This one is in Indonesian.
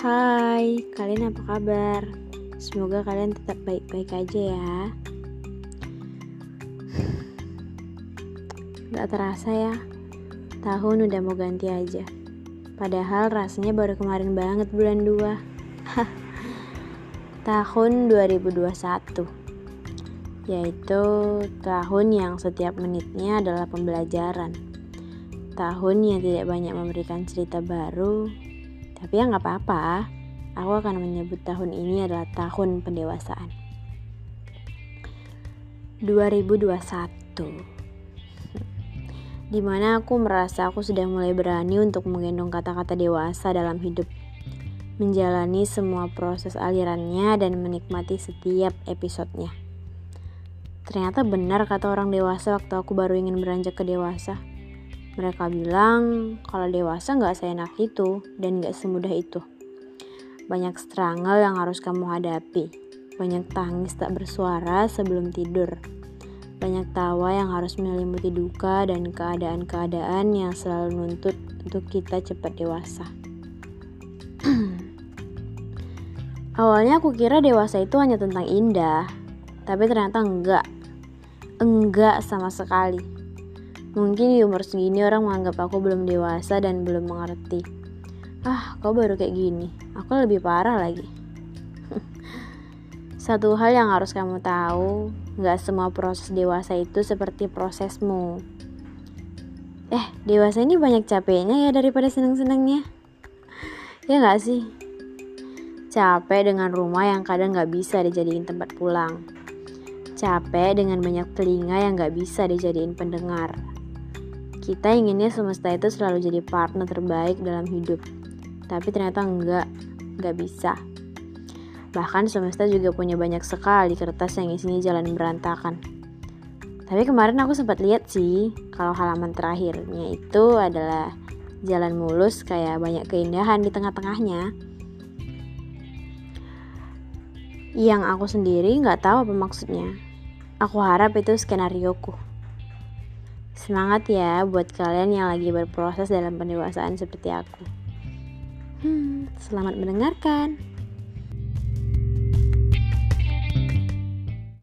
Hai, kalian apa kabar? Semoga kalian tetap baik-baik aja ya. Gak terasa ya, tahun udah mau ganti aja. Padahal rasanya baru kemarin banget bulan 2. Tahun 2021, yaitu tahun yang setiap menitnya adalah pembelajaran. Tahun yang tidak banyak memberikan cerita baru, tapi ya gak apa-apa. Aku akan menyebut tahun ini adalah tahun pendewasaan. 2021, dimana aku merasa aku sudah mulai berani untuk menggendong kata-kata dewasa dalam hidup, menjalani semua proses alirannya dan menikmati setiap episodenya. Ternyata benar kata orang dewasa waktu aku baru ingin beranjak ke dewasa. Mereka bilang kalau dewasa gak seenak itu dan gak semudah itu. Banyak struggle yang harus kamu hadapi. Banyak tangis tak bersuara sebelum tidur. Banyak tawa yang harus menyelimuti duka dan keadaan-keadaan yang selalu nuntut untuk kita cepat dewasa. Awalnya aku kira dewasa itu hanya tentang indah, tapi ternyata enggak. Enggak sama sekali. Mungkin di umur segini orang menganggap aku belum dewasa dan belum mengerti. Kau baru kayak gini, aku lebih parah lagi. Satu hal yang harus kamu tahu, gak semua proses dewasa itu seperti prosesmu. Dewasa ini banyak capeknya ya daripada seneng-senengnya. Ya gak sih? Capek dengan rumah yang kadang gak bisa dijadiin tempat pulang. Capek dengan banyak telinga yang gak bisa dijadiin pendengar. Kita inginnya semesta itu selalu jadi partner terbaik dalam hidup. Tapi ternyata enggak bisa. Bahkan semesta juga punya banyak sekali kertas yang isinya jalan berantakan. Tapi kemarin aku sempat lihat sih, kalau halaman terakhirnya itu adalah jalan mulus kayak banyak keindahan di tengah-tengahnya. Yang aku sendiri gak tahu apa maksudnya. Aku harap itu skenarioku. Semangat ya buat kalian yang lagi berproses dalam pendewasaan seperti aku. Selamat mendengarkan.